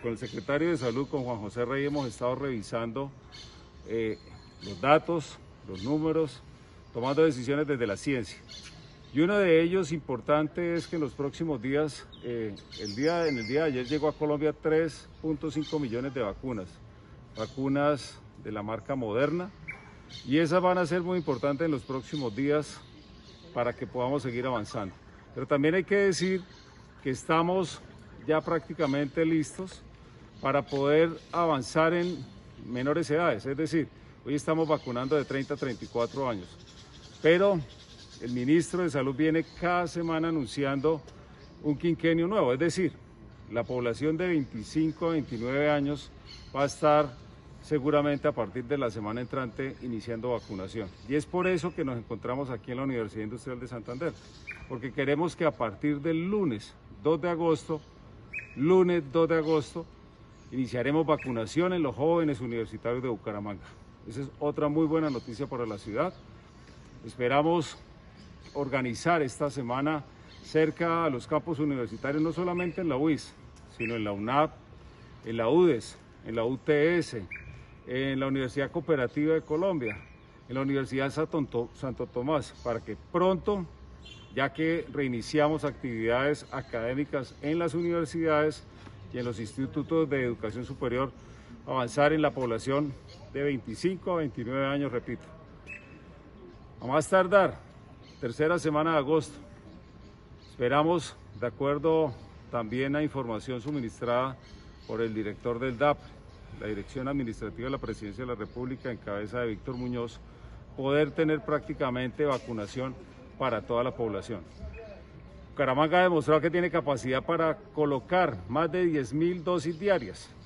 con el secretario de Salud, con Juan José Rey, hemos estado revisando los datos, los números, tomando decisiones desde la ciencia. Y uno de ellos importante es que en los próximos días, en el día de ayer llegó a Colombia 3.5 millones de vacunas de la marca Moderna, y esas van a ser muy importantes en los próximos días para que podamos seguir avanzando. Pero también hay que decir que estamos ya prácticamente listos para poder avanzar en menores edades, es decir, hoy estamos vacunando de 30 a 34 años, pero el ministro de Salud viene cada semana anunciando un quinquenio nuevo, es decir, la población de 25 a 29 años va a estar seguramente a partir de la semana entrante iniciando vacunación. Y es por eso que nos encontramos aquí en la Universidad Industrial de Santander, porque queremos que a partir del lunes 2 de agosto, iniciaremos vacunación en los jóvenes universitarios de Bucaramanga. Esa es otra muy buena noticia para la ciudad. Esperamos organizar esta semana cerca a los campus universitarios, no solamente en la UIS, sino en la UNAP, en la UDES, en la UTS, en la Universidad Cooperativa de Colombia, en la Universidad Santo Tomás, para que pronto, ya que reiniciamos actividades académicas en las universidades y en los institutos de educación superior, avanzar en la población de 25 a 29 años, repito. A más tardar, tercera semana de agosto, esperamos, de acuerdo también a información suministrada por el director del DAP, la Dirección Administrativa de la Presidencia de la República, en cabeza de Víctor Muñoz, poder tener prácticamente vacunación para toda la población. Bucaramanga ha demostrado que tiene capacidad para colocar más de 10.000 dosis diarias.